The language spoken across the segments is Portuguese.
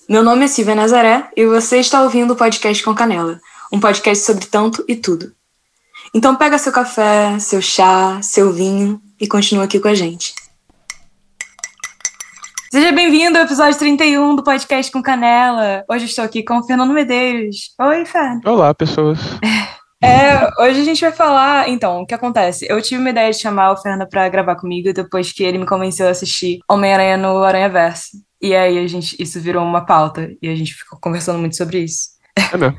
Meu nome é Silvia Nazaré e você está ouvindo o Podcast com Canela, um podcast sobre tanto e tudo. Então pega seu café, seu chá, seu vinho e continua aqui com a gente. Seja bem-vindo ao episódio 31 do Podcast com Canela. Hoje estou aqui com o Fernando Medeiros. Oi, Fernando. Olá, pessoas. Hoje a gente vai falar... Então, o que acontece? Eu tive uma ideia de chamar o Fernando pra gravar comigo depois que ele me convenceu a assistir Homem-Aranha no Aranhaverso. E aí isso virou uma pauta e a gente ficou conversando muito sobre isso. É mesmo.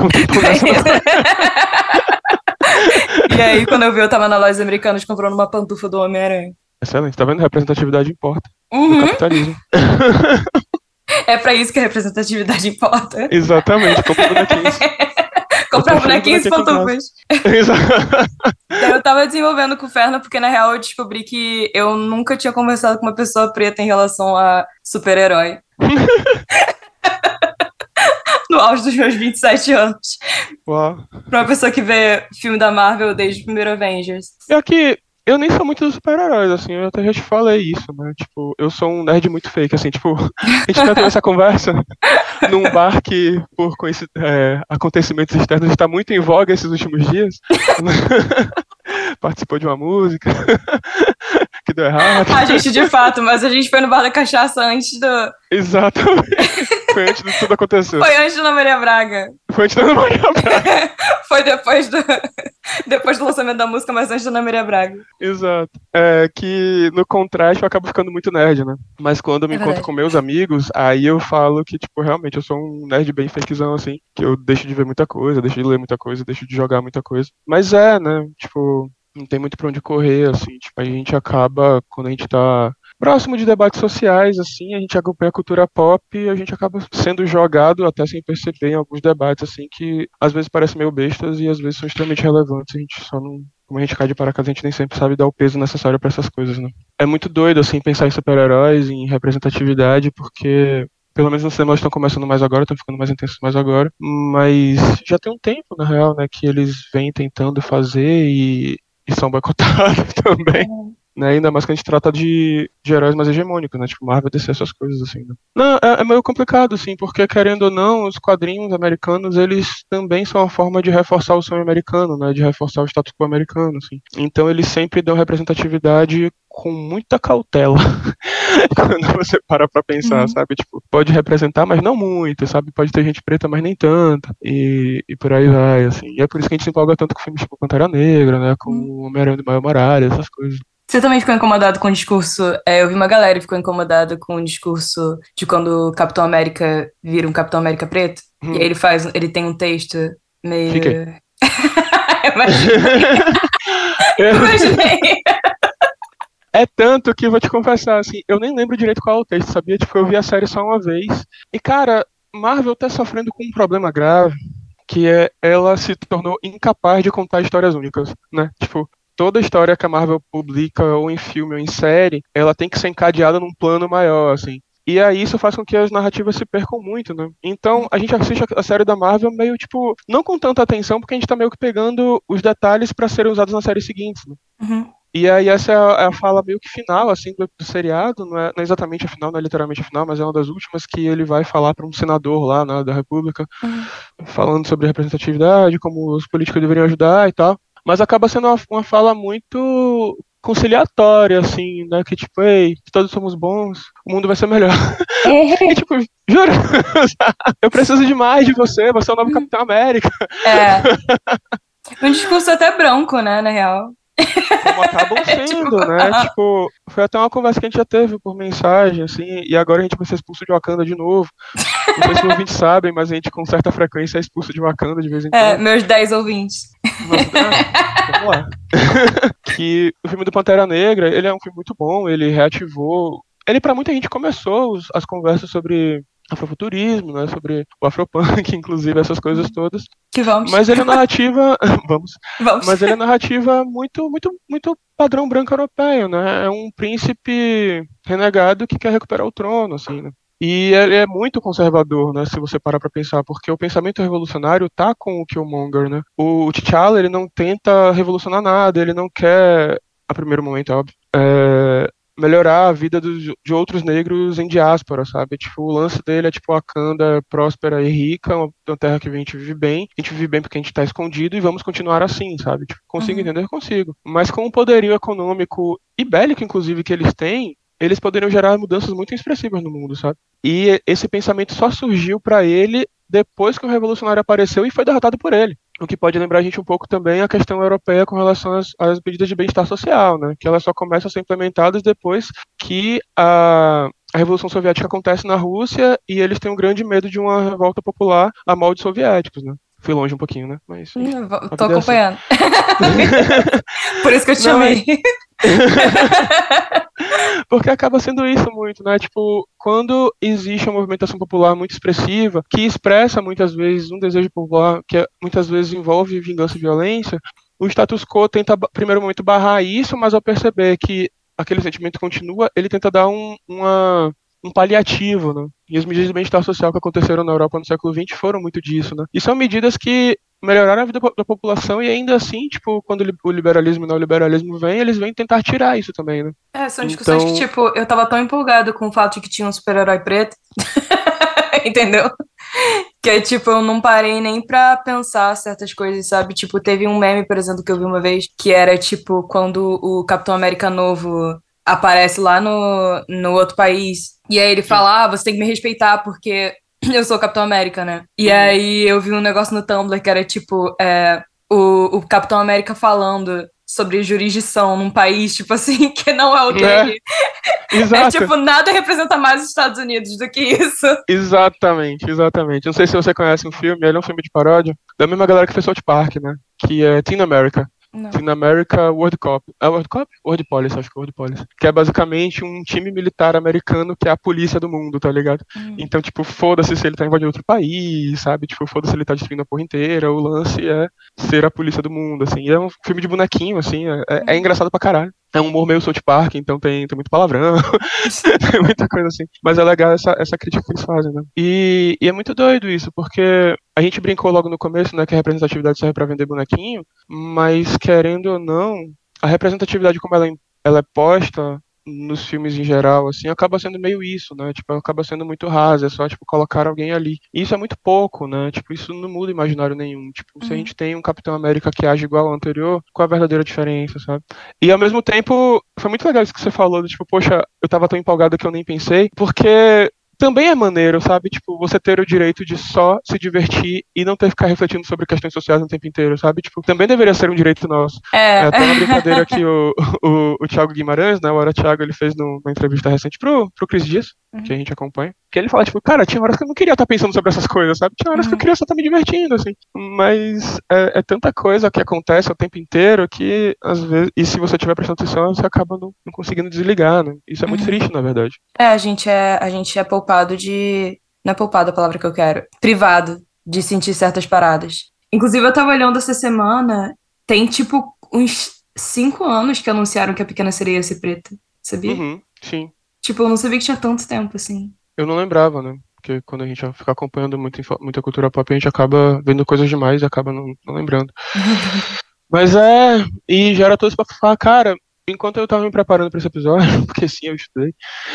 E aí, quando eu vi, eu tava na loja americana comprando uma pantufa do Homem-Aranha. Excelente, tá vendo? Representatividade importa. Uhum. No capitalismo. É pra isso que a representatividade importa. Exatamente, compra bonequinhos. Comprar bonequinhos e pantufas. Exato. Eu tava desenvolvendo com o Fernando porque, na real, eu descobri que eu nunca tinha conversado com uma pessoa preta em relação a super-herói. No auge dos meus 27 anos. Uau. Pra uma pessoa que vê filme da Marvel desde o primeiro Avengers. É que eu nem sou muito dos super-heróis, assim, eu até já te falei isso, né? Tipo, eu sou um nerd muito fake, assim, tipo, a gente vai ter essa conversa num bar que, por acontecimentos externos, está muito em voga esses últimos dias. Participou de uma música que deu errado. A gente, de fato, mas a gente foi no bar da cachaça antes do... Exatamente. Foi antes de tudo acontecer. Foi antes da Ana Maria Braga. Foi antes da Ana Maria Braga. Foi depois do lançamento da música, mas antes da Ana Maria Braga. Exato. É que no contraste eu acabo ficando muito nerd, né? Mas quando eu me encontro com meus amigos, aí eu falo que, tipo, realmente eu sou um nerd bem fakezão, assim. Que eu deixo de ver muita coisa, deixo de ler muita coisa, deixo de jogar muita coisa. Mas né? Tipo, não tem muito pra onde correr, assim. Tipo, a gente acaba, quando a gente tá próximo de debates sociais, assim, a gente acompanha a cultura pop e a gente acaba sendo jogado até sem perceber em alguns debates, assim, que às vezes parecem meio bestas e às vezes são extremamente relevantes. A gente só não... Como a gente cai de paraquedas, a gente nem sempre sabe dar o peso necessário pra essas coisas, né? É muito doido, assim, pensar em super-heróis, em representatividade, porque... Pelo menos nos cinemas estão começando mais agora, estão ficando mais intensos mais agora. Mas já tem um tempo, na real, né, que eles vêm tentando fazer e são boicotados também. Né, ainda mais que a gente trata de heróis mais hegemônicos, né? Tipo, Marvel, DC, essas coisas, assim, né? Não, é meio complicado, assim, porque, querendo ou não, os quadrinhos americanos, eles também são uma forma de reforçar o sonho americano, né? De reforçar o status quo americano, assim. Então, eles sempre dão representatividade com muita cautela quando você para pra pensar, sabe? Tipo, pode representar, mas não muito, sabe? Pode ter gente preta, mas nem tanta. E por aí vai, assim. E é por isso que a gente se empolga tanto com filmes tipo Pantera Negra, né? Com o Homem-Aranha do Miles Morales, essas coisas. Você também ficou incomodado com o discurso? Eu vi uma galera que ficou incomodada com o discurso de quando o Capitão América vira um Capitão América preto. E aí ele tem um texto meio... Fiquei. Imaginei. É tanto que eu vou te confessar, assim, eu nem lembro direito qual é o texto, sabia? Tipo, eu vi a série só uma vez. E, cara, Marvel tá sofrendo com um problema grave, que é ela se tornou incapaz de contar histórias únicas, né? Tipo, toda história que a Marvel publica, ou em filme ou em série, ela tem que ser encadeada num plano maior, assim. E aí isso faz com que as narrativas se percam muito, né? Então a gente assiste a série da Marvel meio, tipo, não com tanta atenção, porque a gente tá meio que pegando os detalhes pra serem usados nas séries seguintes, né? Uhum. E aí essa é a fala meio que final, assim, do seriado, não é exatamente a final, não é literalmente a final, mas é uma das últimas que ele vai falar para um senador lá, né, da República, falando sobre representatividade, como os políticos deveriam ajudar e tal. Mas acaba sendo uma fala muito conciliatória, assim, né? Que tipo, ei, todos somos bons, o mundo vai ser melhor. E tipo, juro, eu preciso de mais de você, você é o novo Capitão América. Um discurso até branco, né, na real. Como acabam sendo, né? Tipo, foi até uma conversa que a gente já teve por mensagem, assim, e agora a gente vai ser expulso de Wakanda de novo. Não sei se os ouvintes sabem, mas a gente com certa frequência é expulso de Wakanda de vez em quando. Meus 10 ouvintes. Vamos lá. Que o filme do Pantera Negra, ele é um filme muito bom, ele reativou... Ele, pra muita gente, começou as conversas sobre afrofuturismo, né, sobre o afropunk, inclusive, essas coisas todas. Que vamos. Mas ele é narrativa... vamos. Vamos. Mas ele é narrativa muito, muito, muito padrão branco europeu, né? É um príncipe renegado que quer recuperar o trono, assim, né? E ele é muito conservador, né, se você parar pra pensar, porque o pensamento revolucionário tá com o Killmonger, né? O T'Challa, ele não tenta revolucionar nada, ele não quer, a primeiro momento, é óbvio, melhorar a vida de outros negros em diáspora, sabe? Tipo, o lance dele é tipo Wakanda próspera e rica, uma terra que a gente vive bem porque a gente tá escondido e vamos continuar assim, sabe? Tipo, consigo entender? Consigo. Mas com o poderio econômico e bélico, inclusive, que eles têm, eles poderiam gerar mudanças muito expressivas no mundo, sabe? E esse pensamento só surgiu para ele depois que o revolucionário apareceu e foi derrotado por ele. O que pode lembrar a gente um pouco também a questão europeia com relação às medidas de bem-estar social, né? Que elas só começam a ser implementadas depois que a Revolução Soviética acontece na Rússia e eles têm um grande medo de uma revolta popular a molde soviéticos, né? Fui longe um pouquinho, né? Mas tô acompanhando. Por isso que eu te chamei. Porque acaba sendo isso muito, né? Tipo, quando existe uma movimentação popular muito expressiva, que expressa muitas vezes um desejo popular, que muitas vezes envolve vingança e violência, o status quo tenta, primeiro momento, barrar isso, mas ao perceber que aquele sentimento continua, ele tenta dar um paliativo, né? E as medidas de bem-estar social que aconteceram na Europa no século XX foram muito disso, né? E são medidas que melhoraram a vida da população e ainda assim, tipo, quando o liberalismo e o neoliberalismo vem, eles vêm tentar tirar isso também, né? São discussões que, tipo, eu tava tão empolgado com o fato de que tinha um super-herói preto, entendeu? Que é, tipo, eu não parei nem pra pensar certas coisas, sabe? Tipo, teve um meme, por exemplo, que eu vi uma vez, que era, tipo, quando o Capitão América novo aparece lá no outro país, e aí ele fala, você tem que me respeitar porque eu sou o Capitão América, né? E aí eu vi um negócio no Tumblr que era tipo, o Capitão América falando sobre jurisdição num país, tipo assim, que não é o dele. Exato. Tipo, nada representa mais os Estados Unidos do que isso. Exatamente. Não sei se você conhece um filme, ele é um filme de paródia, da mesma galera que fez South Park, né? Que é Teen America. Não. Teen America World Cop. É World Cop? World Police, acho que é World Police. Que é basicamente um time militar americano que é a polícia do mundo, tá ligado? Então, tipo, foda-se se ele tá invadindo outro país, sabe? Tipo, foda-se se ele tá destruindo a porra inteira. O lance é ser a polícia do mundo, assim. E é um filme de bonequinho, assim. É engraçado pra caralho. É um humor meio South Park, então tem muito palavrão, tem muita coisa assim. Mas é legal essa crítica que eles fazem, né? E é muito doido isso, porque a gente brincou logo no começo, né, que a representatividade serve pra vender bonequinho, mas querendo ou não, a representatividade como ela é posta nos filmes em geral, assim, acaba sendo meio isso, né? Tipo, acaba sendo muito rasa, é só, tipo, colocar alguém ali. E isso é muito pouco, né? Tipo, isso não muda imaginário nenhum. Tipo, se a gente tem um Capitão América que age igual ao anterior, qual a verdadeira diferença, sabe? E ao mesmo tempo, foi muito legal isso que você falou, tipo, poxa, eu tava tão empolgado que eu nem pensei, porque também é maneiro, sabe? Tipo, você ter o direito de só se divertir e não ter que ficar refletindo sobre questões sociais o tempo inteiro, sabe? Tipo, também deveria ser um direito nosso. É até uma brincadeira que o Thiago Guimarães, né? O Ara Thiago, ele fez numa entrevista recente pro Cris Dias, que a gente acompanha, que ele fala, tipo, cara, tinha horas que eu não queria estar pensando sobre essas coisas, sabe? Tinha horas que eu queria só estar me divertindo, assim. Mas é tanta coisa que acontece o tempo inteiro que, às vezes, e se você estiver prestando atenção, você acaba não conseguindo desligar, né? Isso é muito triste, na verdade. A gente é poupado de... Não é poupado a palavra que eu quero. Privado de sentir certas paradas. Inclusive, eu tava olhando essa semana, tem, tipo, uns 5 anos que anunciaram que a Pequena Sereia ia ser preta, sabia? Sim. Tipo, eu não sabia que tinha tanto tempo, assim. Eu não lembrava, né? Porque quando a gente fica acompanhando muita cultura pop, a gente acaba vendo coisas demais e acaba não lembrando. Mas e gera todo isso pra falar, cara, enquanto eu tava me preparando pra esse episódio, porque sim, eu estudei,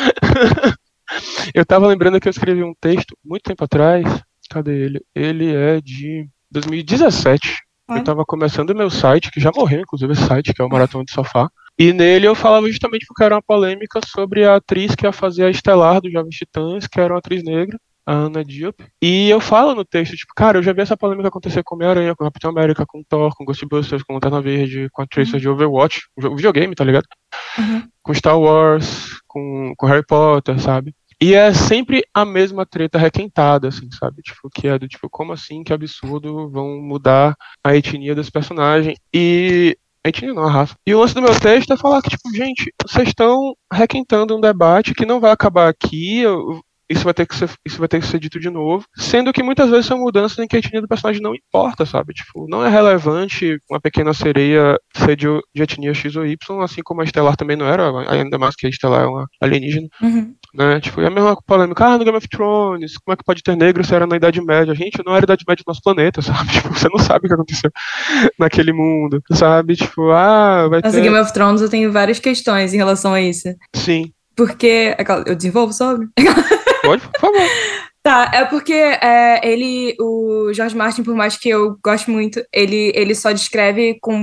eu tava lembrando que eu escrevi um texto muito tempo atrás. Cadê ele? Ele é de 2017. Eu tava começando o meu site, que já morreu, inclusive, esse site, que é o Maratona de Sofá. E nele eu falava justamente porque era uma polêmica sobre a atriz que ia fazer a Estelar dos Jovens Titãs, que era uma atriz negra, a Anna Diop. E eu falo no texto, tipo, cara, eu já vi essa polêmica acontecer com Homem-Aranha, com Capitão América, com Thor, com Ghostbusters, com Lanterna Verde, com a Tracer de Overwatch, o videogame, tá ligado? Com Star Wars, com Harry Potter, sabe? E é sempre a mesma treta requentada, assim, sabe? Tipo, que é do tipo, como assim, que absurdo, vão mudar a etnia desse personagem. E a etnia não, a raça. E o lance do meu texto é falar que, tipo, gente, vocês estão requentando um debate que não vai acabar aqui. isso vai ter que ser dito de novo, sendo que muitas vezes são mudanças em que a etnia do personagem não importa, sabe? Tipo, não é relevante uma pequena sereia ser de etnia X ou Y, assim como a Estelar também não era, ainda mais que a Estelar é uma alienígena. Né? Tipo, é a mesma polêmica, no Game of Thrones, como é que pode ter negro se era na Idade Média? Gente, não era a Idade Média do nosso planeta, sabe? Tipo, você não sabe o que aconteceu naquele mundo, sabe? Tipo, vai Mas ter... Game of Thrones eu tenho várias questões em relação a isso. Sim. Porque... Eu desenvolvo sobre? Pode, por favor. Tá, é porque o George Martin, por mais que eu goste muito, ele só descreve com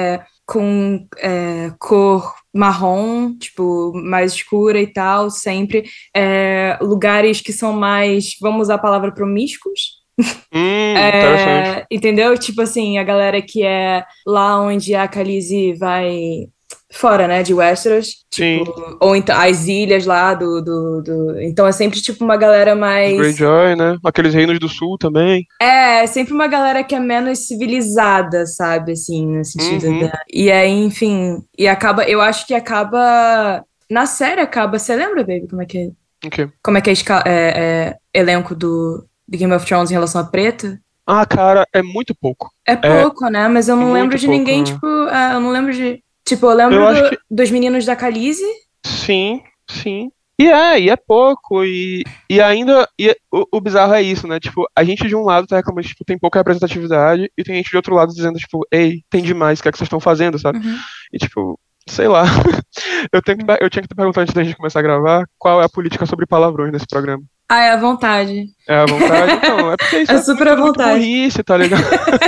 cor marrom, tipo, mais escura e tal, sempre lugares que são mais, vamos usar a palavra promíscuos. Interessante. Entendeu? Tipo assim, a galera que é lá onde a Khaleesi vai fora, né, de Westeros, tipo, Sim. ou então as ilhas lá então é sempre tipo uma galera mais Greyjoy, né? Aqueles reinos do sul também. É sempre uma galera que é menos civilizada, sabe, assim, no sentido E aí, enfim, eu acho que acaba na série você lembra, baby, como é que é? Okay. Como é que é elenco do Game of Thrones em relação a preto? Cara, é muito pouco. É pouco, né? Mas eu não lembro de pouco, ninguém, tipo, eu não lembro de... Tipo, eu lembro dos meninos da Khaleesi. Sim. E é pouco, e ainda, o bizarro é isso, né, tipo, a gente de um lado tá reclamando, tipo, tem pouca representatividade, e tem gente de outro lado dizendo, tipo, ei, tem demais, o que é que vocês estão fazendo, sabe? E tipo, sei lá, eu tinha que te perguntar antes da gente começar a gravar, qual é a política sobre palavrões nesse programa. É à vontade. É à vontade? Então, é porque isso é super à vontade. Muito burrice, tá ligado?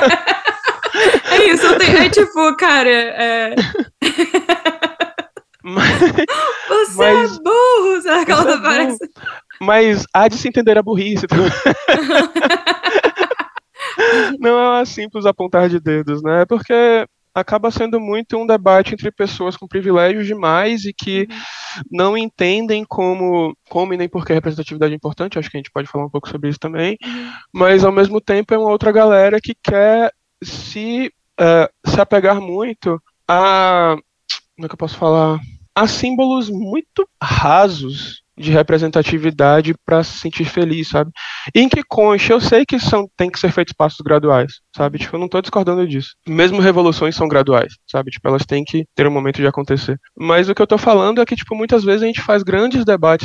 É isso, tipo, cara, Você é burro, sabe que ela parece? Mas há de se entender a burrice. Não é uma simples apontar de dedos, né? Porque acaba sendo muito um debate entre pessoas com privilégios demais e que não entendem como e nem por que a representatividade é importante, acho que a gente pode falar um pouco sobre isso também, mas ao mesmo tempo é uma outra galera que quer se apegar muito a... como é que eu posso falar? A símbolos muito rasos de representatividade para se sentir feliz, sabe? E em que conste, eu sei que tem que ser feitos passos graduais, sabe? Tipo, eu não tô discordando disso. Mesmo revoluções são graduais, sabe? Tipo, elas têm que ter um momento de acontecer. Mas o que eu tô falando é que, tipo, muitas vezes a gente faz grandes debates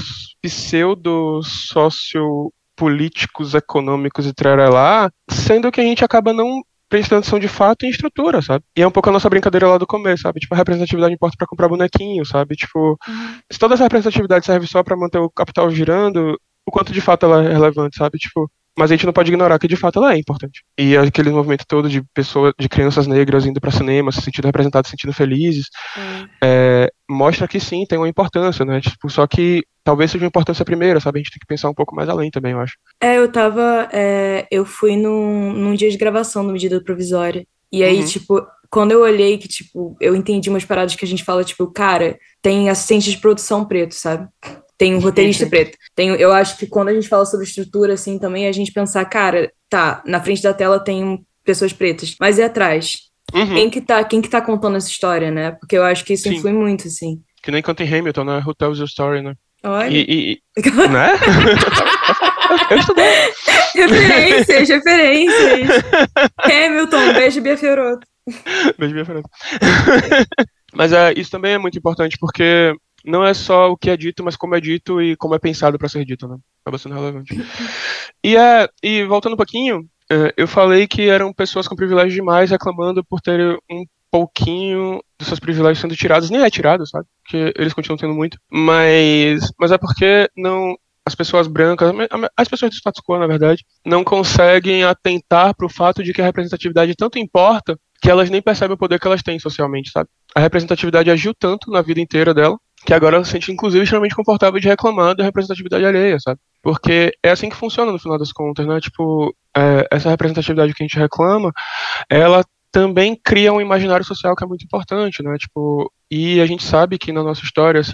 pseudo-sociopolíticos, econômicos e trarelá, sendo que a gente acaba não prestando atenção de fato em estrutura, sabe? E é um pouco a nossa brincadeira lá do começo, sabe? Tipo, a representatividade importa pra comprar bonequinho, sabe? Tipo, se toda essa representatividade serve só pra manter o capital girando, o quanto de fato ela é relevante, sabe? Tipo, mas a gente não pode ignorar que de fato ela é importante. E aquele movimento todo de crianças negras indo pra cinema, se sentindo representadas, se sentindo felizes, mostra que sim, tem uma importância, né? Tipo, só que talvez seja uma importância primeira, sabe? A gente tem que pensar um pouco mais além também, eu acho. Eu fui num dia de gravação do Medida Provisória. E aí, tipo, quando eu olhei que, tipo, eu entendi umas paradas que a gente fala, tipo, cara, tem assistente de produção preto, sabe? Tem um roteirista preto. Eu acho que quando a gente fala sobre estrutura, assim, também a gente pensar, cara, tá, na frente da tela tem pessoas pretas, mas e atrás? Quem que tá contando essa história, né? Porque eu acho que isso influi muito, assim. Que nem canta em Hamilton, né? Who tells your story, né? Olha. Né? Eu estudei. Referências. Hamilton, beijo, Bia Fiorotto. Beijo, Bia Fiorotto. Mas isso também é muito importante, porque não é só o que é dito, mas como é dito e como é pensado para ser dito, né? Acaba sendo relevante. E voltando um pouquinho, eu falei que eram pessoas com privilégio demais reclamando por ter um pouquinho dos seus privilégios sendo tirados, nem é tirado, sabe? Porque eles continuam tendo muito. Mas é porque não... As pessoas brancas, as pessoas do status quo, na verdade, não conseguem atentar para o fato de que a representatividade tanto importa que elas nem percebem o poder que elas têm socialmente, sabe? A representatividade agiu tanto na vida inteira dela que agora ela se sente, inclusive, extremamente confortável de reclamar da representatividade alheia, sabe? Porque é assim que funciona no final das contas, né? Tipo, essa representatividade que a gente reclama, ela também cria um imaginário social que é muito importante, né? Tipo, e a gente sabe que na nossa história, assim,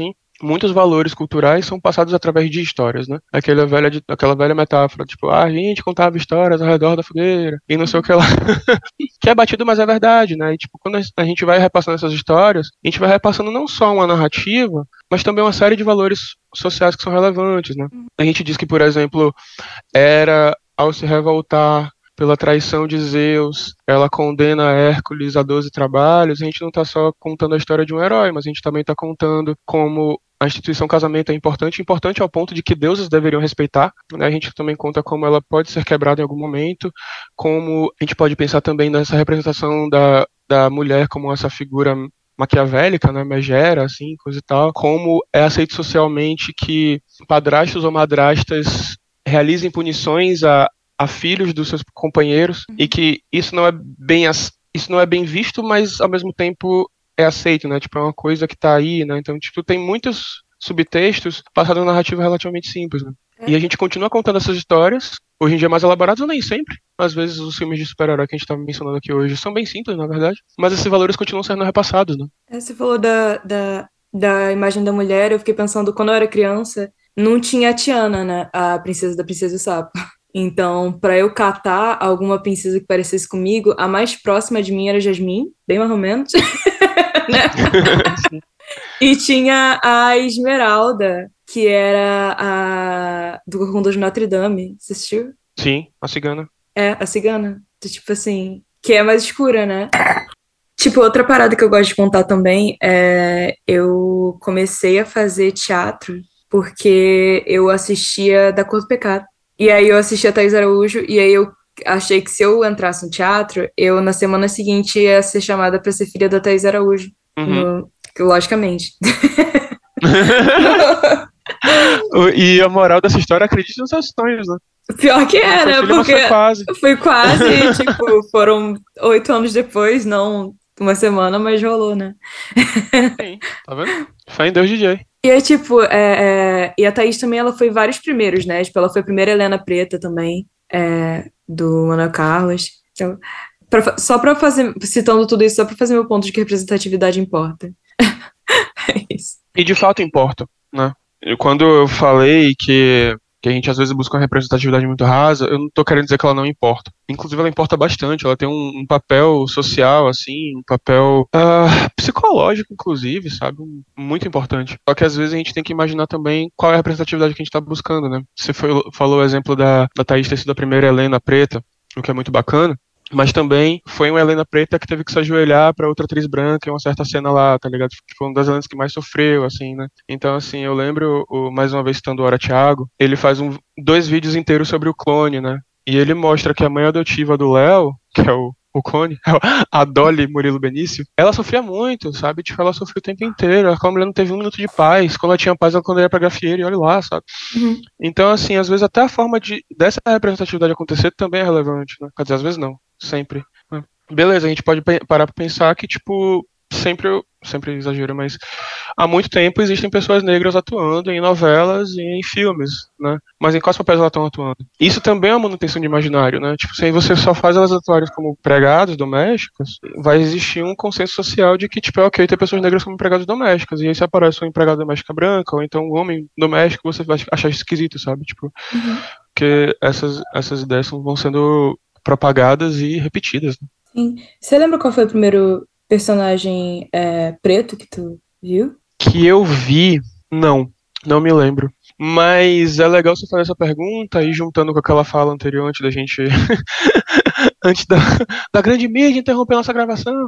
muitos valores culturais são passados através de histórias, né? Aquela velha metáfora, tipo, a gente contava histórias ao redor da fogueira e não sei o que lá. Que é batido, mas é verdade, né? E, tipo, quando a gente vai repassando essas histórias, a gente vai repassando não só uma narrativa, mas também uma série de valores sociais que são relevantes, né? A gente diz que, por exemplo, Hera, ao se revoltar pela traição de Zeus, ela condena Hércules a 12 trabalhos. A gente não está só contando a história de um herói, mas a gente também está contando como a instituição casamento é importante ao ponto de que deuses deveriam respeitar, né? A gente também conta como ela pode ser quebrada em algum momento, como a gente pode pensar também nessa representação da mulher como essa figura maquiavélica, né, megera, assim, coisa e tal, como é aceito socialmente que padrastos ou madrastas realizem punições a filhos dos seus companheiros e que isso não é bem visto, mas ao mesmo tempo é aceito, né? Tipo, é uma coisa que tá aí, né? Então, tipo, tem muitos subtextos passados numa narrativa relativamente simples, né? E a gente continua contando essas histórias, hoje em dia mais elaboradas, ou nem sempre. Às vezes os filmes de super-herói que a gente tá mencionando aqui hoje são bem simples, na verdade, mas esses valores continuam sendo repassados, né? Você falou da imagem da mulher, eu fiquei pensando, quando eu era criança, não tinha a Tiana, né? A princesa da Princesa e o Sapo. Então, para eu catar alguma princesa que parecesse comigo, a mais próxima de mim era Jasmine, bem mais ou menos. Né? E tinha a Esmeralda, que era a do Corcunda de Notre Dame. Você assistiu? Sim, a cigana. É, a cigana. Tipo assim, que é mais escura, né? Tipo, outra parada que eu gosto de contar também é eu comecei a fazer teatro porque eu assistia Da Cor do Pecado. E aí eu assistia a Thaís Araújo e aí eu achei que se eu entrasse no teatro, eu na semana seguinte ia ser chamada pra ser filha da Thaís Araújo. Logicamente. E a moral dessa história, acredite nos seus sonhos, né? Pior que era, porque foi quase, tipo, foram 8 anos depois, não uma semana, mas rolou, né? Sim, tá vendo? Fé em Deus, DJ. E é tipo, e a Thaís também, ela foi vários primeiros, né? Tipo, ela foi a primeira Helena Preta também, do Manuel Carlos. Então, só pra fazer, citando tudo isso, só pra fazer meu ponto de que representatividade importa. É isso. E de fato importa, né? Quando eu falei que a gente às vezes busca uma representatividade muito rasa, eu não tô querendo dizer que ela não importa. Inclusive ela importa bastante, ela tem um papel social, assim, um papel psicológico, inclusive, sabe? Muito importante. Só que às vezes a gente tem que imaginar também qual é a representatividade que a gente tá buscando, né? Você falou o exemplo da Thaís ter sido a primeira Helena preta, o que é muito bacana. Mas também foi uma Helena preta que teve que se ajoelhar pra outra atriz branca em uma certa cena lá, tá ligado? Foi uma das Helenas que mais sofreu, assim, né? Então, assim, eu lembro, mais uma vez citando o Ora Thiago, ele faz 2 vídeos inteiros sobre o clone, né? E ele mostra que a mãe adotiva do Léo, que é o clone, a Dolly Murilo Benício, ela sofria muito, sabe? Tipo, ela sofreu o tempo inteiro. Aquela mulher não teve um minuto de paz. Quando ela tinha paz, ela quando ia pra gafieira e olha lá, sabe? Então, assim, às vezes até a forma dessa representatividade acontecer também é relevante, né? Quer dizer, às vezes não. Sempre. Beleza, a gente pode parar pra pensar que, tipo, sempre exagero, mas há muito tempo existem pessoas negras atuando em novelas e em filmes, né? Mas em quais papéis elas estão atuando? Isso também é uma manutenção de imaginário, né? Tipo, se você só faz elas atuarem como empregadas domésticas, vai existir um consenso social de que, tipo, é ok ter pessoas negras como empregadas domésticas. E aí se aparece uma empregada doméstica branca, ou então um homem doméstico, você vai achar esquisito, sabe? Tipo, porque essas ideias vão sendo propagadas e repetidas. Né? Sim. Você lembra qual foi o primeiro personagem preto que tu viu? Que eu vi, não me lembro. Mas é legal você fazer essa pergunta e juntando com aquela fala anterior antes da gente. Antes da grande mídia interromper nossa gravação.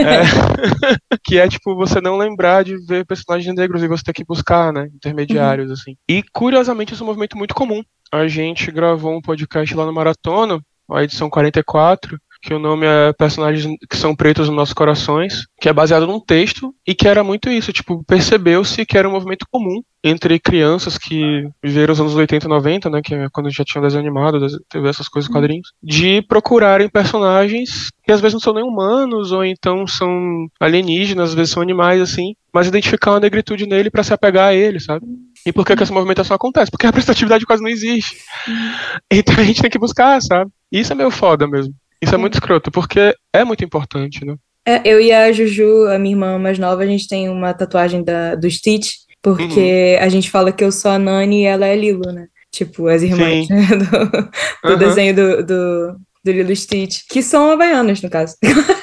Que é tipo você não lembrar de ver personagens negros e você ter que buscar, né? Intermediários, assim. E curiosamente esse é um movimento muito comum. A gente gravou um podcast lá no Maratona, a edição 44, que o nome é Personagens que são pretos nos nossos corações, que é baseado num texto e que era muito isso, tipo, percebeu-se que era um movimento comum entre crianças que viveram os anos 80 e 90, né, que é quando já tinha desenho animado, teve essas coisas, quadrinhos, de procurarem personagens que às vezes não são nem humanos, ou então são alienígenas, às vezes são animais, assim, mas identificar uma negritude nele pra se apegar a ele, sabe? E por que essa movimentação acontece? Porque a representatividade quase não existe. Então a gente tem que buscar, sabe? E isso é meio foda mesmo. Isso é muito escroto, porque é muito importante, né? Eu e a Juju, a minha irmã mais nova, a gente tem uma tatuagem do Stitch, Porque a gente fala que eu sou a Nani e ela é a Lilo, né? Tipo, as irmãs, Sim. né? Do desenho do Lilo e Stitch, que são havaianas, no caso.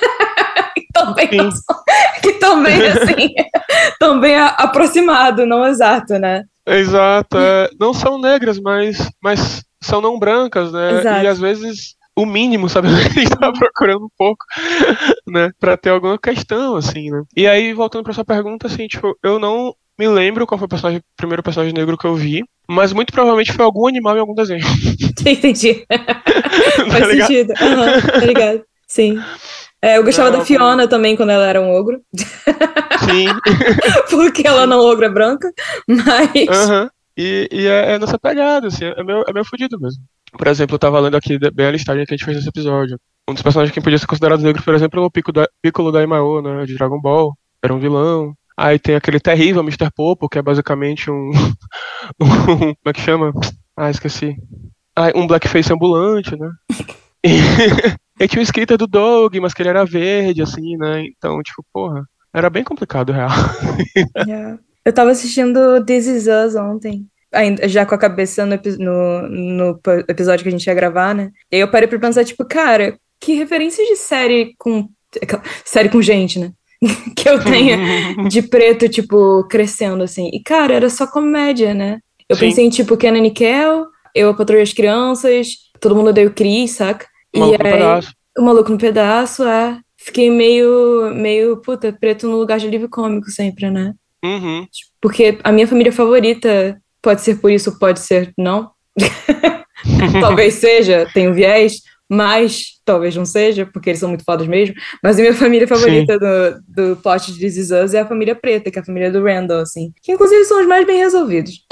Que também, assim, também aproximado, não exato, né? Exato. Não são negras, mas são não brancas, né? E Exato. às vezes o mínimo, sabe? A gente tá procurando um pouco, né? Pra ter alguma questão, assim, né? E aí, voltando pra sua pergunta, assim, tipo, eu não me lembro qual foi o primeiro personagem negro que eu vi, mas muito provavelmente foi algum animal em algum desenho. Entendi. Tá Faz ligado? sentido. Aham, tá ligado. Sim. Eu gostava Não, da algum. Fiona também quando ela era um ogro. Sim, Porque ela sim. não é ogra branca, mas. Aham. E é nessa pegada, assim, é meio fudido mesmo. Por exemplo, eu tava lendo aqui bem a listagem que a gente fez nesse episódio. Um dos personagens que podia ser considerado negro, por exemplo, é o Piccolo da Imao, né, de Dragon Ball. Era um vilão. Aí tem aquele terrível Mr. Popo, que é basicamente como é que chama? Ah, esqueci. Ah, um blackface ambulante, né? E tinha o skater do Dog, mas que ele era verde, assim, né? Então, tipo, porra, era bem complicado, real. Yeah. Eu tava assistindo This Is Us ontem. Ainda, já com a cabeça no episódio que a gente ia gravar, né? E aí eu parei pra pensar, tipo, cara, que referências de série com gente, né? Que eu tenha de preto, tipo, crescendo, assim. E, cara, era só comédia, né? Eu Sim, pensei em, tipo, Kenan e Nickel, Eu, a Patroa e as Crianças, Todo Mundo Odeia o Chris, saca? o E maluco no aí, pedaço. O Maluco no Pedaço, é. Fiquei meio, puta, preto no lugar de alívio cômico sempre, né? Uhum. Porque a minha família favorita, pode ser por isso, pode ser não. Talvez seja, tem um viés, mas talvez não seja, porque eles são muito fodas mesmo. Mas a minha família Sim. favorita do plot de This Is Us é a família preta, que é a família do Randall, assim. Que inclusive são os mais bem resolvidos.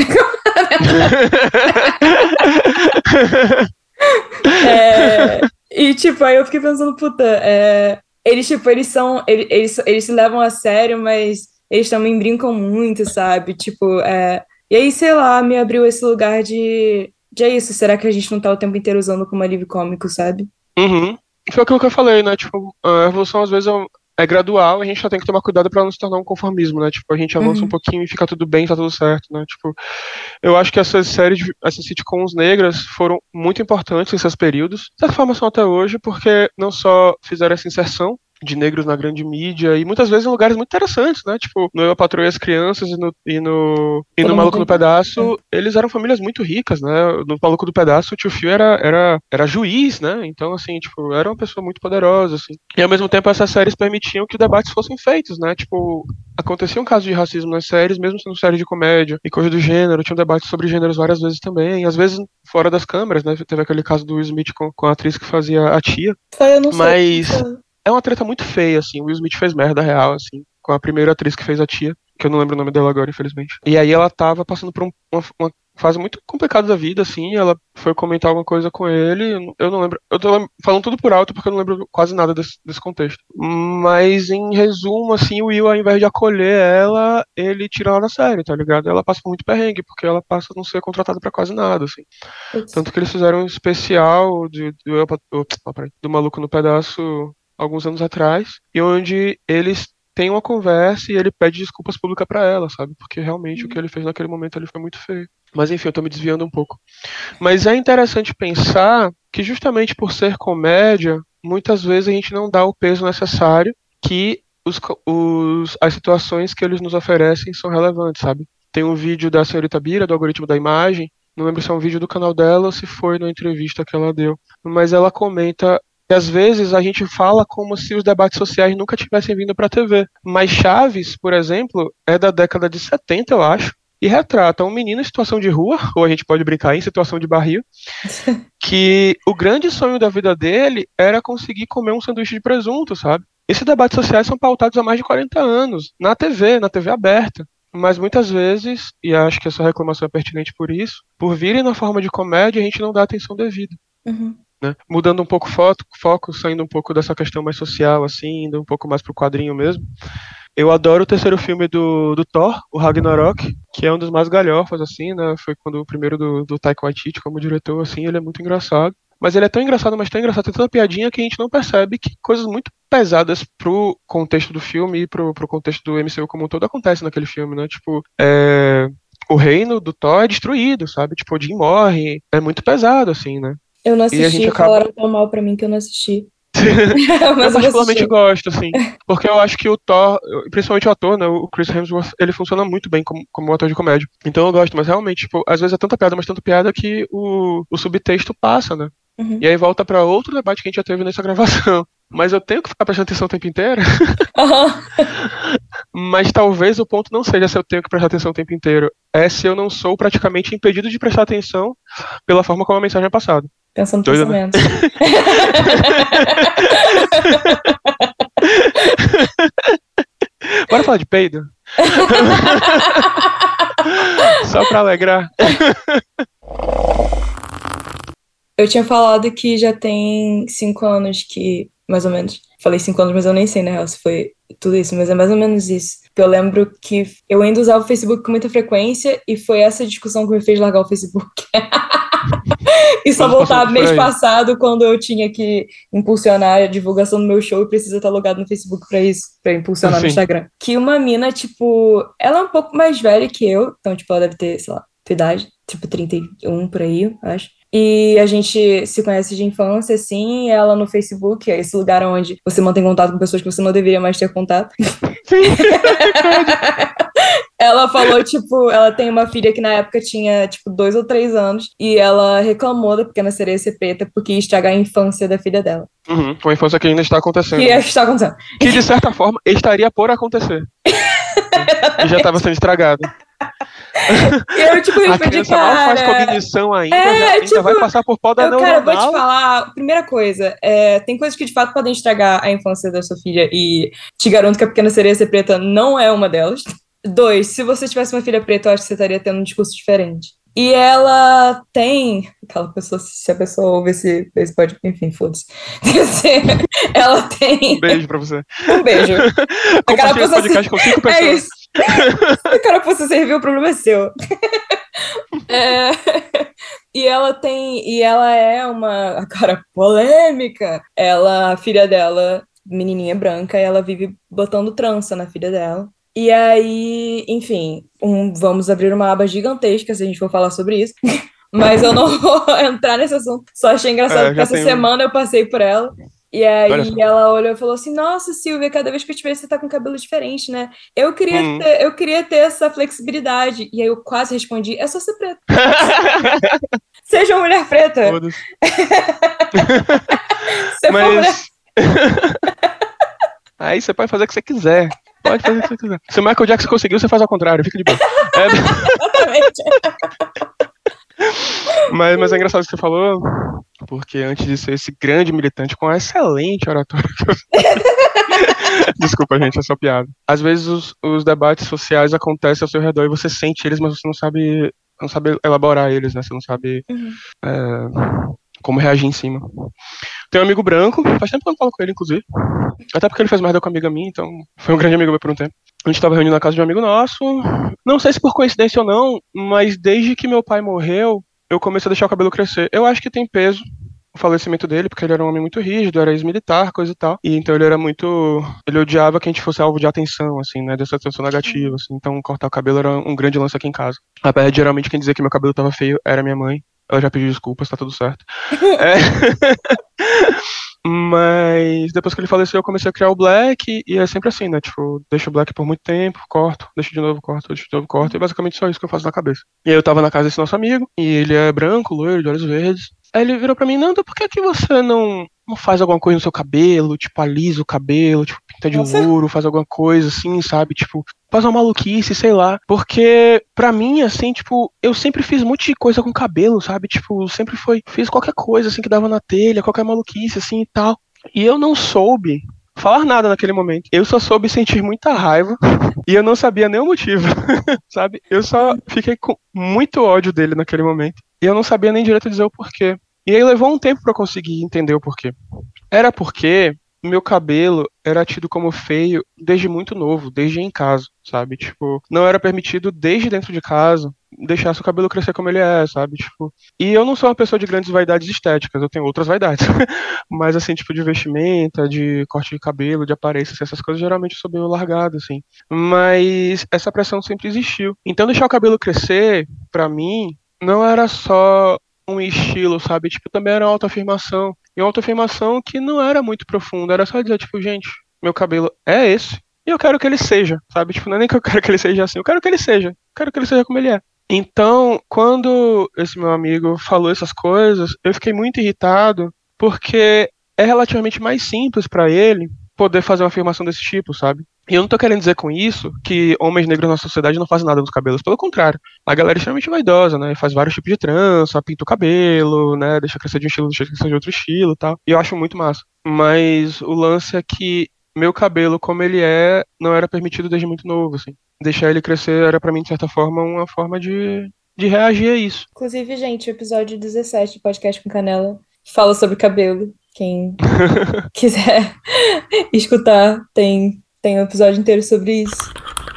E tipo, aí eu fiquei pensando, puta, eles, tipo, eles se levam a sério, mas eles também brincam muito, sabe? Tipo, e aí, sei lá, me abriu esse lugar de é isso, será que a gente não tá o tempo inteiro usando como alívio cômico, sabe? Uhum. Foi aquilo que eu falei, né? Tipo, a evolução às vezes é gradual, a gente só tem que tomar cuidado pra não se tornar um conformismo, né? Tipo, a gente avança um Uhum. pouquinho e fica tudo bem, tá tudo certo, né? Tipo, eu acho que essas sitcoms negras foram muito importantes nesses períodos, de certa forma são até hoje, porque não só fizeram essa inserção de negros na grande mídia e muitas vezes em lugares muito interessantes, né? Tipo, no Eu, a Patroa e as Crianças e no Todo Maluco mundo. no Pedaço, eles eram famílias muito ricas, né? No Maluco do Pedaço, o tio Phil era juiz, né? Então, assim, tipo, era uma pessoa muito poderosa, assim. E ao mesmo tempo essas séries permitiam que debates fossem feitos, né? Tipo, acontecia um caso de racismo nas séries, mesmo sendo séries de comédia e coisa do gênero, tinha um debate sobre gêneros várias vezes também, às vezes fora das câmeras, né? Teve aquele caso do Will Smith com a atriz que fazia a tia, Foi, eu não sei. mas é uma treta muito feia, assim. O Will Smith fez merda real, assim, com a primeira atriz que fez a tia, que eu não lembro o nome dela agora, infelizmente. E aí ela tava passando por uma fase muito complicada da vida, assim. Ela foi comentar alguma coisa com ele. Eu não lembro. Eu tô falando tudo por alto porque eu não lembro quase nada desse contexto. Mas, em resumo, assim, o Will, ao invés de acolher ela, ele tira ela da série, tá ligado? Ela passa por muito perrengue, porque ela passa a não ser contratada pra quase nada, assim. Putz. Tanto que eles fizeram um especial do Maluco no Pedaço alguns anos atrás, e onde eles têm uma conversa e ele pede desculpas públicas pra ela, sabe? Porque realmente o que ele fez naquele momento ali foi muito feio. Mas enfim, eu tô me desviando um pouco. Mas é interessante pensar que justamente por ser comédia, muitas vezes a gente não dá o peso necessário que as situações que eles nos oferecem são relevantes, sabe? Tem um vídeo da senhorita Bira, do algoritmo da imagem, não lembro se é um vídeo do canal dela ou se foi na entrevista que ela deu, mas ela comenta que às vezes a gente fala como se os debates sociais nunca tivessem vindo para a TV. Mas Chaves, por exemplo, é da década de 70, eu acho, e retrata um menino em situação de rua, ou a gente pode brincar em situação de barril, que o grande sonho da vida dele era conseguir comer um sanduíche de presunto, sabe? Esses debates sociais são pautados há mais de 40 anos, na TV aberta. Mas muitas vezes, e acho que essa reclamação é pertinente por isso, por virem na forma de comédia, a gente não dá atenção devida. Uhum. Né? Mudando um pouco o foco, saindo um pouco dessa questão mais social, assim, indo um pouco mais pro quadrinho mesmo. Eu adoro o terceiro filme do Thor, o Ragnarok, que é um dos mais galhofas, assim, né? Foi quando o primeiro do Taika Waititi como diretor, assim, ele é muito engraçado. Mas ele é tão engraçado, mas tão engraçado, tem tanta piadinha que a gente não percebe que coisas muito pesadas pro contexto do filme e pro contexto do MCU como um todo acontece naquele filme, né? Tipo, o reino do Thor é destruído, sabe? Tipo, o Jim morre. É muito pesado, assim, né? Eu não E a gente assisti, acaba... falaram tão mal pra mim que eu não assisti. Eu Mas eu vou particularmente assistir. gosto, assim, porque eu acho que o Thor, principalmente o ator, né, o Chris Hemsworth, ele funciona muito bem como um ator de comédia. Então eu gosto, mas realmente, tipo, às vezes é tanta piada, mas tanta piada que o subtexto passa, né? Uhum. E aí volta pra outro debate que a gente já teve nessa gravação. Mas eu tenho que ficar prestando atenção o tempo inteiro. Mas talvez o ponto não seja se eu tenho que prestar atenção o tempo inteiro, é se eu não sou praticamente impedido de prestar atenção pela forma como a mensagem é passada. Pensando Doido, né? pensamentos. Bora falar de peido? Só pra alegrar. Eu tinha falado que já tem 5 anos que, mais ou menos, falei 5 anos, mas eu nem sei, né, se foi tudo isso, mas é mais ou menos isso. Eu lembro que eu ainda usava o Facebook com muita frequência e foi essa discussão que me fez largar o Facebook. E só voltar mês passado, quando eu tinha que impulsionar a divulgação do meu show e precisa estar logado no Facebook pra isso, pra impulsionar no Instagram. Que uma mina, tipo, ela é um pouco mais velha que eu, então, tipo, ela deve ter, sei lá, tua idade, tipo, 31 por aí, acho. E a gente se conhece de infância, assim, ela no Facebook, é esse lugar onde você mantém contato com pessoas que você não deveria mais ter contato. Sim. Ela falou, tipo, ela tem uma filha que na época tinha, tipo, 2 ou 3 anos, e ela reclamou da Pequena Sereia ser preta porque ia estragar a infância da filha dela. Uhum, uma infância que ainda está acontecendo. Que está acontecendo. Que, de certa forma, estaria por acontecer. E já estava sendo estragado. Eu, tipo, a criança mal faz cognição ainda, ainda vai passar por pó da neuronal. Cara, vou te falar, primeira coisa, tem coisas que de fato podem estragar a infância da sua filha e te garanto que a Pequena Sereia ser preta não é uma delas. 2, se você tivesse uma filha preta, eu acho que você estaria tendo um discurso diferente. E ela tem... Aquela pessoa, se a pessoa ouve esse pode... Enfim, foda-se. Ela tem... Um beijo pra você. Um beijo. Compartilha esse podcast com 5 pessoas. É isso. Se a carapuça serviu, o problema é seu. E ela tem... E ela é uma... Cara, polêmica. A filha dela, menininha branca, ela vive botando trança na filha dela. E aí, enfim, vamos abrir uma aba gigantesca se a gente for falar sobre isso. Mas eu não vou entrar nesse assunto. Só achei engraçado porque essa semana eu passei por ela. E aí ela olhou e falou assim, nossa, Silvia, cada vez que eu te vejo você tá com cabelo diferente, né? Eu queria ter essa flexibilidade. E aí eu quase respondi, é só ser preta. Seja uma mulher preta. Você for mulher... Aí você pode fazer o que você quiser. Pode fazer o que você quiser. Se o Michael Jackson conseguiu, você faz ao contrário, fica de boa. Exatamente. Mas é engraçado o que você falou, porque antes de ser esse grande militante com excelente oratória que eu... Desculpa, gente, é só piada. Às vezes os debates sociais acontecem ao seu redor e você sente eles, mas você não sabe elaborar eles, né? Você não sabe como reagir em cima. Tenho um amigo branco, faz tempo que eu não falo com ele, inclusive. Até porque ele fez merda com uma amiga minha, então foi um grande amigo meu por um tempo. A gente tava reunindo na casa de um amigo nosso. Não sei se por coincidência ou não, mas desde que meu pai morreu, eu comecei a deixar o cabelo crescer. Eu acho que tem peso o falecimento dele, porque ele era um homem muito rígido, era ex-militar, coisa e tal. E então ele era muito... Ele odiava que a gente fosse alvo de atenção, assim, né? Dessa atenção negativa, assim. Então cortar o cabelo era um grande lance aqui em casa. Apesar de geralmente quem dizia que meu cabelo tava feio era minha mãe. Ela já pediu desculpas, tá tudo certo. Mas depois que ele faleceu, eu comecei a criar o black, e é sempre assim, né? Tipo, deixo o black por muito tempo, corto, deixo de novo, corto, deixo de novo, corto, e basicamente só isso que eu faço na cabeça. E aí eu tava na casa desse nosso amigo, e ele é branco, loiro, de olhos verdes. Aí ele virou pra mim, Nando, por que você não faz alguma coisa no seu cabelo, tipo, alisa o cabelo, tipo, pinta de louro, faz alguma coisa assim, sabe? Tipo, faz uma maluquice, sei lá. Porque, pra mim, assim, tipo, eu sempre fiz um monte de coisa com cabelo, sabe? Tipo, fiz qualquer coisa, assim, que dava na telha, qualquer maluquice, assim, e tal. E eu não soube falar nada naquele momento. Eu só soube sentir muita raiva e eu não sabia nem o motivo, sabe? Eu só fiquei com muito ódio dele naquele momento. E eu não sabia nem direito dizer o porquê. E aí levou um tempo pra eu conseguir entender o porquê. Era porque meu cabelo era tido como feio desde muito novo, desde em casa. sabe? Tipo, não era permitido desde dentro de casa deixar seu cabelo crescer como ele é, sabe? Tipo, e eu não sou uma pessoa de grandes vaidades estéticas, eu tenho outras vaidades. Mas, assim, tipo, de vestimenta, de corte de cabelo, de aparência, assim, essas coisas geralmente eu sou bem largado, assim. Mas essa pressão sempre existiu. Então, deixar o cabelo crescer, pra mim, não era só um estilo, sabe? Tipo, também era uma autoafirmação. E uma autoafirmação que não era muito profunda, era só dizer, tipo, gente, meu cabelo é esse, e eu quero que ele seja, sabe? Tipo, não é nem que eu quero que ele seja assim, eu quero que ele seja. Eu quero que ele seja como ele é. Então, quando esse meu amigo falou essas coisas, eu fiquei muito irritado, porque é relativamente mais simples pra ele poder fazer uma afirmação desse tipo, sabe? E eu não tô querendo dizer com isso que homens negros na sociedade não fazem nada nos cabelos, pelo contrário. A galera é extremamente vaidosa, né? Faz vários tipos de trança, pinta o cabelo, né? Deixa crescer de um estilo, deixa crescer de outro estilo e tal. E eu acho muito massa. Mas o lance é que meu cabelo, como ele é, não era permitido desde muito novo, assim. Deixar ele crescer era pra mim, de certa forma, uma forma de reagir a isso. Inclusive, gente, o episódio 17 do Podcast com Canela fala sobre cabelo. Quem quiser escutar, tem um episódio inteiro sobre isso.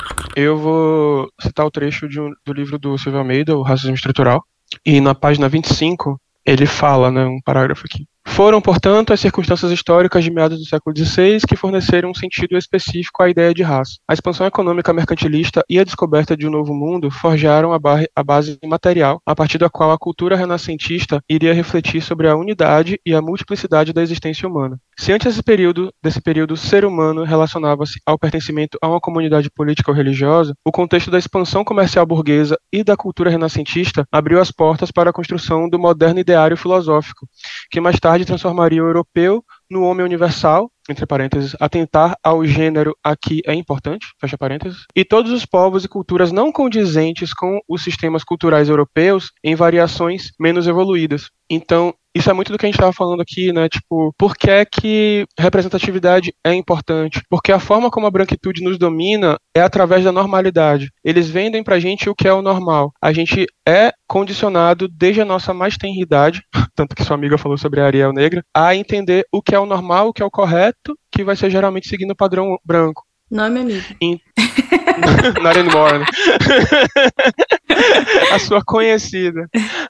Eu vou citar o trecho do livro do Silvio Almeida, O Racismo Estrutural. E na página 25, ele fala, né, um parágrafo aqui. Foram, portanto, as circunstâncias históricas de meados do século XVI que forneceram um sentido específico à ideia de raça. A expansão econômica mercantilista e a descoberta de um novo mundo forjaram a base material, a partir da qual a cultura renascentista iria refletir sobre a unidade e a multiplicidade da existência humana. Se antes desse período ser humano relacionava-se ao pertencimento a uma comunidade política ou religiosa, o contexto da expansão comercial burguesa e da cultura renascentista abriu as portas para a construção do moderno ideário filosófico, que mais tarde transformaria o europeu no homem universal, entre parênteses, atentar ao gênero aqui é importante, fecha parênteses, e todos os povos e culturas não condizentes com os sistemas culturais europeus em variações menos evoluídas. Então, isso é muito do que a gente estava falando aqui, né? Tipo, por que é que representatividade é importante? Porque a forma como a branquitude nos domina é através da normalidade. Eles vendem pra gente o que é o normal. A gente é condicionado desde a nossa mais tenra idade, tanto que sua amiga falou sobre a Ariel Negra, a entender o que é o normal, o que é o correto, que vai ser geralmente seguindo o padrão branco. Não é meu amigo. Not anymore, né? A sua conhecida.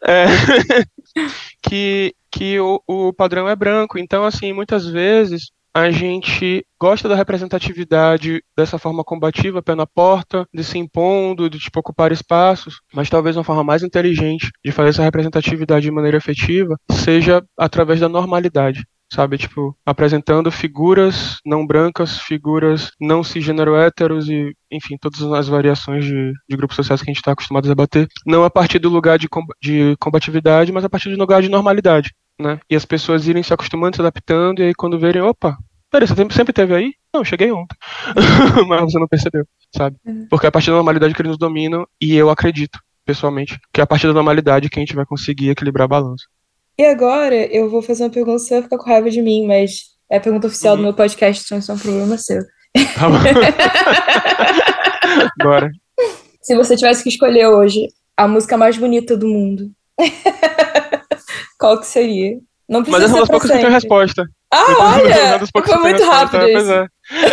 Que o padrão é branco. Então, assim, muitas vezes a gente gosta da representatividade dessa forma combativa, pé na porta, de se impondo, de tipo, ocupar espaços, mas talvez uma forma mais inteligente de fazer essa representatividade de maneira efetiva seja através da normalidade. Sabe, tipo, apresentando figuras não brancas, figuras não cisgênero héteros e, enfim, todas as variações de grupos sociais que a gente está acostumado a debater, não a partir do lugar de combatividade, mas a partir do lugar de normalidade, né? E as pessoas irem se acostumando, se adaptando, e aí quando verem, opa, peraí, você sempre teve aí? Não, cheguei ontem. Mas você não percebeu, sabe? Porque é a partir da normalidade que eles nos dominam, e eu acredito, pessoalmente, que é a partir da normalidade que a gente vai conseguir equilibrar a balança. E agora eu vou fazer uma pergunta, você vai ficar com raiva de mim, mas é a pergunta oficial do meu podcast, então isso é um problema seu. Tá bom. Bora. Se você tivesse que escolher hoje a música mais bonita do mundo, qual que seria? Não precisa Mas essa é uma das poucas que tem resposta. Olha! Foi muito rápido isso. É.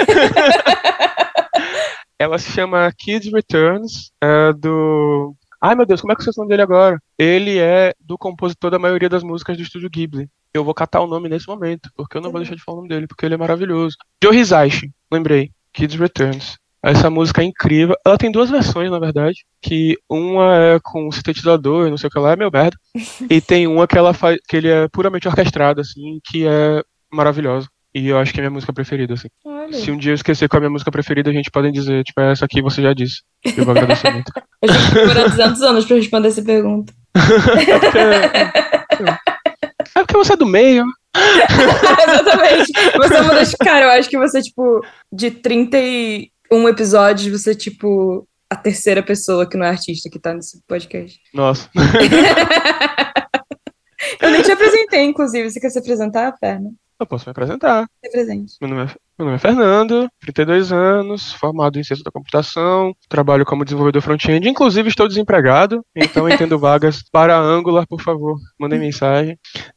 Ela se chama Kids Returns, do... Ai, meu Deus, como é que eu sei o nome dele agora? Ele é do compositor da maioria das músicas do Estúdio Ghibli. Eu vou catar o nome nesse momento, porque eu não vou deixar de falar o nome dele, porque ele é maravilhoso. Joe Hisaishi, lembrei. Kids Returns. Essa música é incrível. Ela tem duas versões, na verdade. Que uma é com sintetizador, não sei o que lá, é meio merda. E tem uma que ela faz, que ele é puramente orquestrado, assim, que é maravilhosa. E eu acho que é a minha música preferida, assim. Olha. Se um dia eu esquecer qual é a minha música preferida, a gente pode dizer, tipo, essa aqui você já disse. Eu vou agradecer muito. Eu já vou demorar 200 anos pra responder essa pergunta. É porque você é do meio. Exatamente. Você é uma das... Cara, eu acho que você, tipo, de 31 episódios, você é, tipo, a terceira pessoa que não é artista que tá nesse podcast. Nossa. Eu nem te apresentei, inclusive. Você quer se apresentar, Ferna? Eu posso me apresentar. Se presente. Meu nome é Fernando, 32 anos, formado em ciência da computação, trabalho como desenvolvedor front-end, inclusive estou desempregado, então entendo vagas para Angular, por favor, mandem mensagem.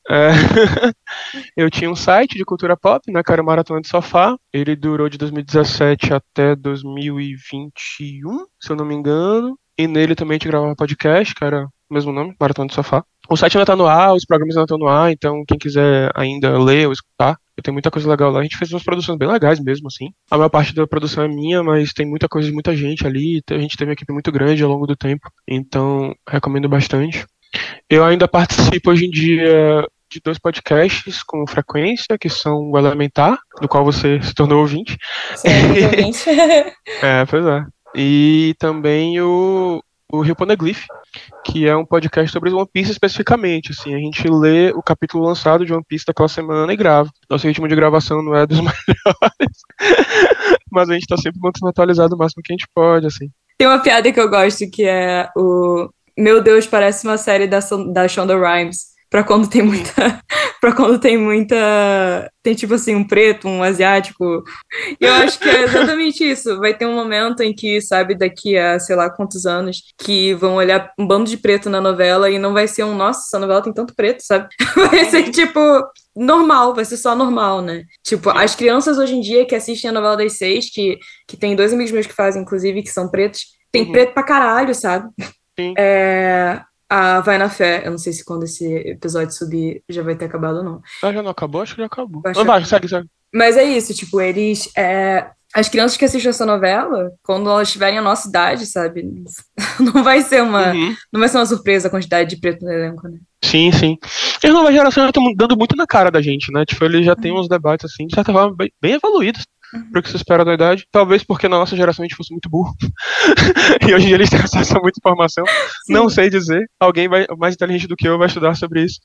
Eu tinha um site de cultura pop, né, que era o Maratona de Sofá, ele durou de 2017 até 2021, se eu não me engano, e nele também a gente gravava podcast, que era o mesmo nome, Maratona de Sofá. O site ainda tá no ar, os programas ainda estão no ar, então quem quiser ainda ler ou escutar, tem muita coisa legal lá. A gente fez umas produções bem legais mesmo, assim. A maior parte da produção é minha, mas tem muita coisa de muita gente ali. A gente teve uma equipe muito grande ao longo do tempo, então recomendo bastante. Eu ainda participo hoje em dia de 2 podcasts com frequência, que são o Elementar, do qual você se tornou ouvinte. Ouvinte. Pois é. E também o Rio Poneglyph, que é um podcast sobre One Piece especificamente, assim, a gente lê o capítulo lançado de One Piece daquela semana e grava. Nosso ritmo de gravação não é dos melhores, mas a gente tá sempre mantendo atualizado o máximo que a gente pode, assim. Tem uma piada que eu gosto, que é o... Meu Deus, parece uma série da Shonda Rhimes. Pra quando tem muita... Tem tipo assim, um preto, um asiático. E eu acho que é exatamente isso. Vai ter um momento em que, sabe, daqui a sei lá quantos anos, que vão olhar um bando de preto na novela e não vai ser nossa, essa novela tem tanto preto, sabe? Vai ser tipo normal, vai ser só normal, né? Tipo, as crianças hoje em dia que assistem a novela das 6, que tem 2 amigos meus que fazem, inclusive, que são pretos, tem preto pra caralho, sabe? Sim. A Vai na Fé, eu não sei se quando esse episódio subir já vai ter acabado ou não. Já não acabou? Acho que já acabou. Vai, segue. Mas é isso, tipo, eles... As crianças que assistem essa novela, quando elas tiverem a nossa idade, sabe? Não vai ser uma surpresa a quantidade de preto no elenco, né? Sim. E as novas gerações estão dando muito na cara da gente, né? Tipo, eles já têm uns debates, assim, de certa forma, bem evoluídos. Pro que se espera da idade. Talvez porque na nossa geração a gente fosse muito burro. E hoje em dia eles têm acesso a muita informação. Sim. Não sei dizer. Alguém mais inteligente do que eu vai estudar sobre isso.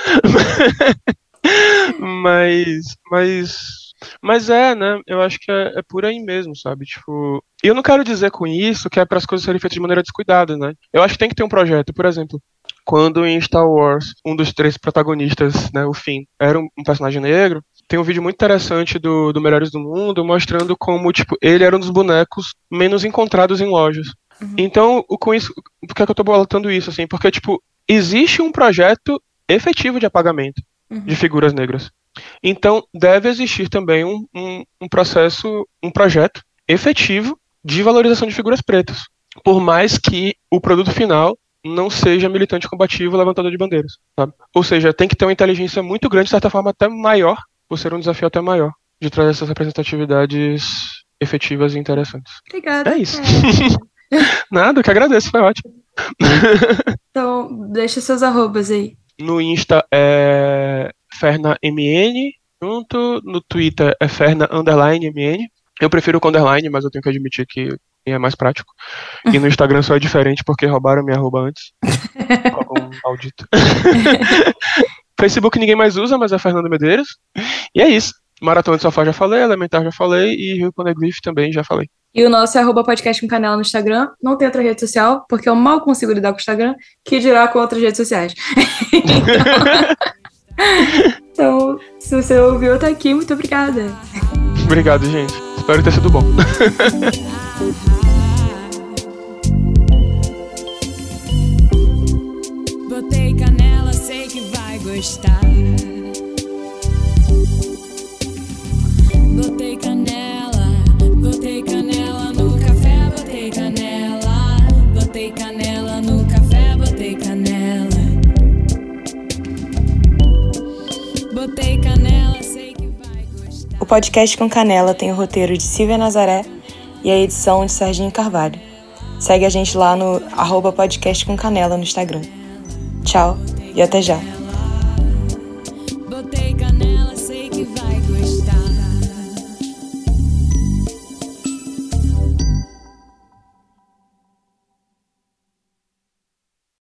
Mas né? Eu acho que é por aí mesmo, sabe? Tipo, eu não quero dizer com isso que é para as coisas serem feitas de maneira descuidada, né? Eu acho que tem que ter um projeto. Por exemplo, quando em Star Wars, um dos 3 protagonistas, né, o Finn, era um personagem negro, tem um vídeo muito interessante do Melhores do Mundo mostrando como, tipo, ele era um dos bonecos menos encontrados em lojas. Então, com isso, por que eu tô bolatando isso, assim? Porque, tipo, existe um projeto efetivo de apagamento de figuras negras. Então, deve existir também um projeto efetivo de valorização de figuras pretas. Por mais que o produto final não seja militante combativo levantador de bandeiras, sabe? Ou seja, tem que ter uma inteligência muito grande, de certa forma até maior, por ser um desafio até maior, de trazer essas representatividades efetivas e interessantes. Obrigada. É isso. Nada, eu que agradeço, foi ótimo. Então, deixa seus arrobas aí. No Insta é FernaMN, no Twitter é Ferna_MN. Eu prefiro com underline, mas eu tenho que admitir que é mais prático. E no Instagram só é diferente porque roubaram minha arroba antes. Algum maldito. Facebook ninguém mais usa, mas é Fernando Medeiros. E é isso. Maratona de Sofá já falei, Elementar já falei e Rio Poneglyph também já falei. E o nosso é @podcast com canela no Instagram. Não tem outra rede social, porque eu mal consigo lidar com o Instagram, que dirá com outras redes sociais. Então, se você ouviu até aqui, muito obrigada. Obrigado, gente. Espero ter sido bom. Botei canela, sei que vai gostar. Botei canela no café, botei canela no café, botei canela. Botei canela, sei que vai gostar. O podcast com canela tem o roteiro de Silvia Nazaré e a edição de Serginho Carvalho. Segue a gente lá no @podcast com canela no Instagram. Tchau e até já.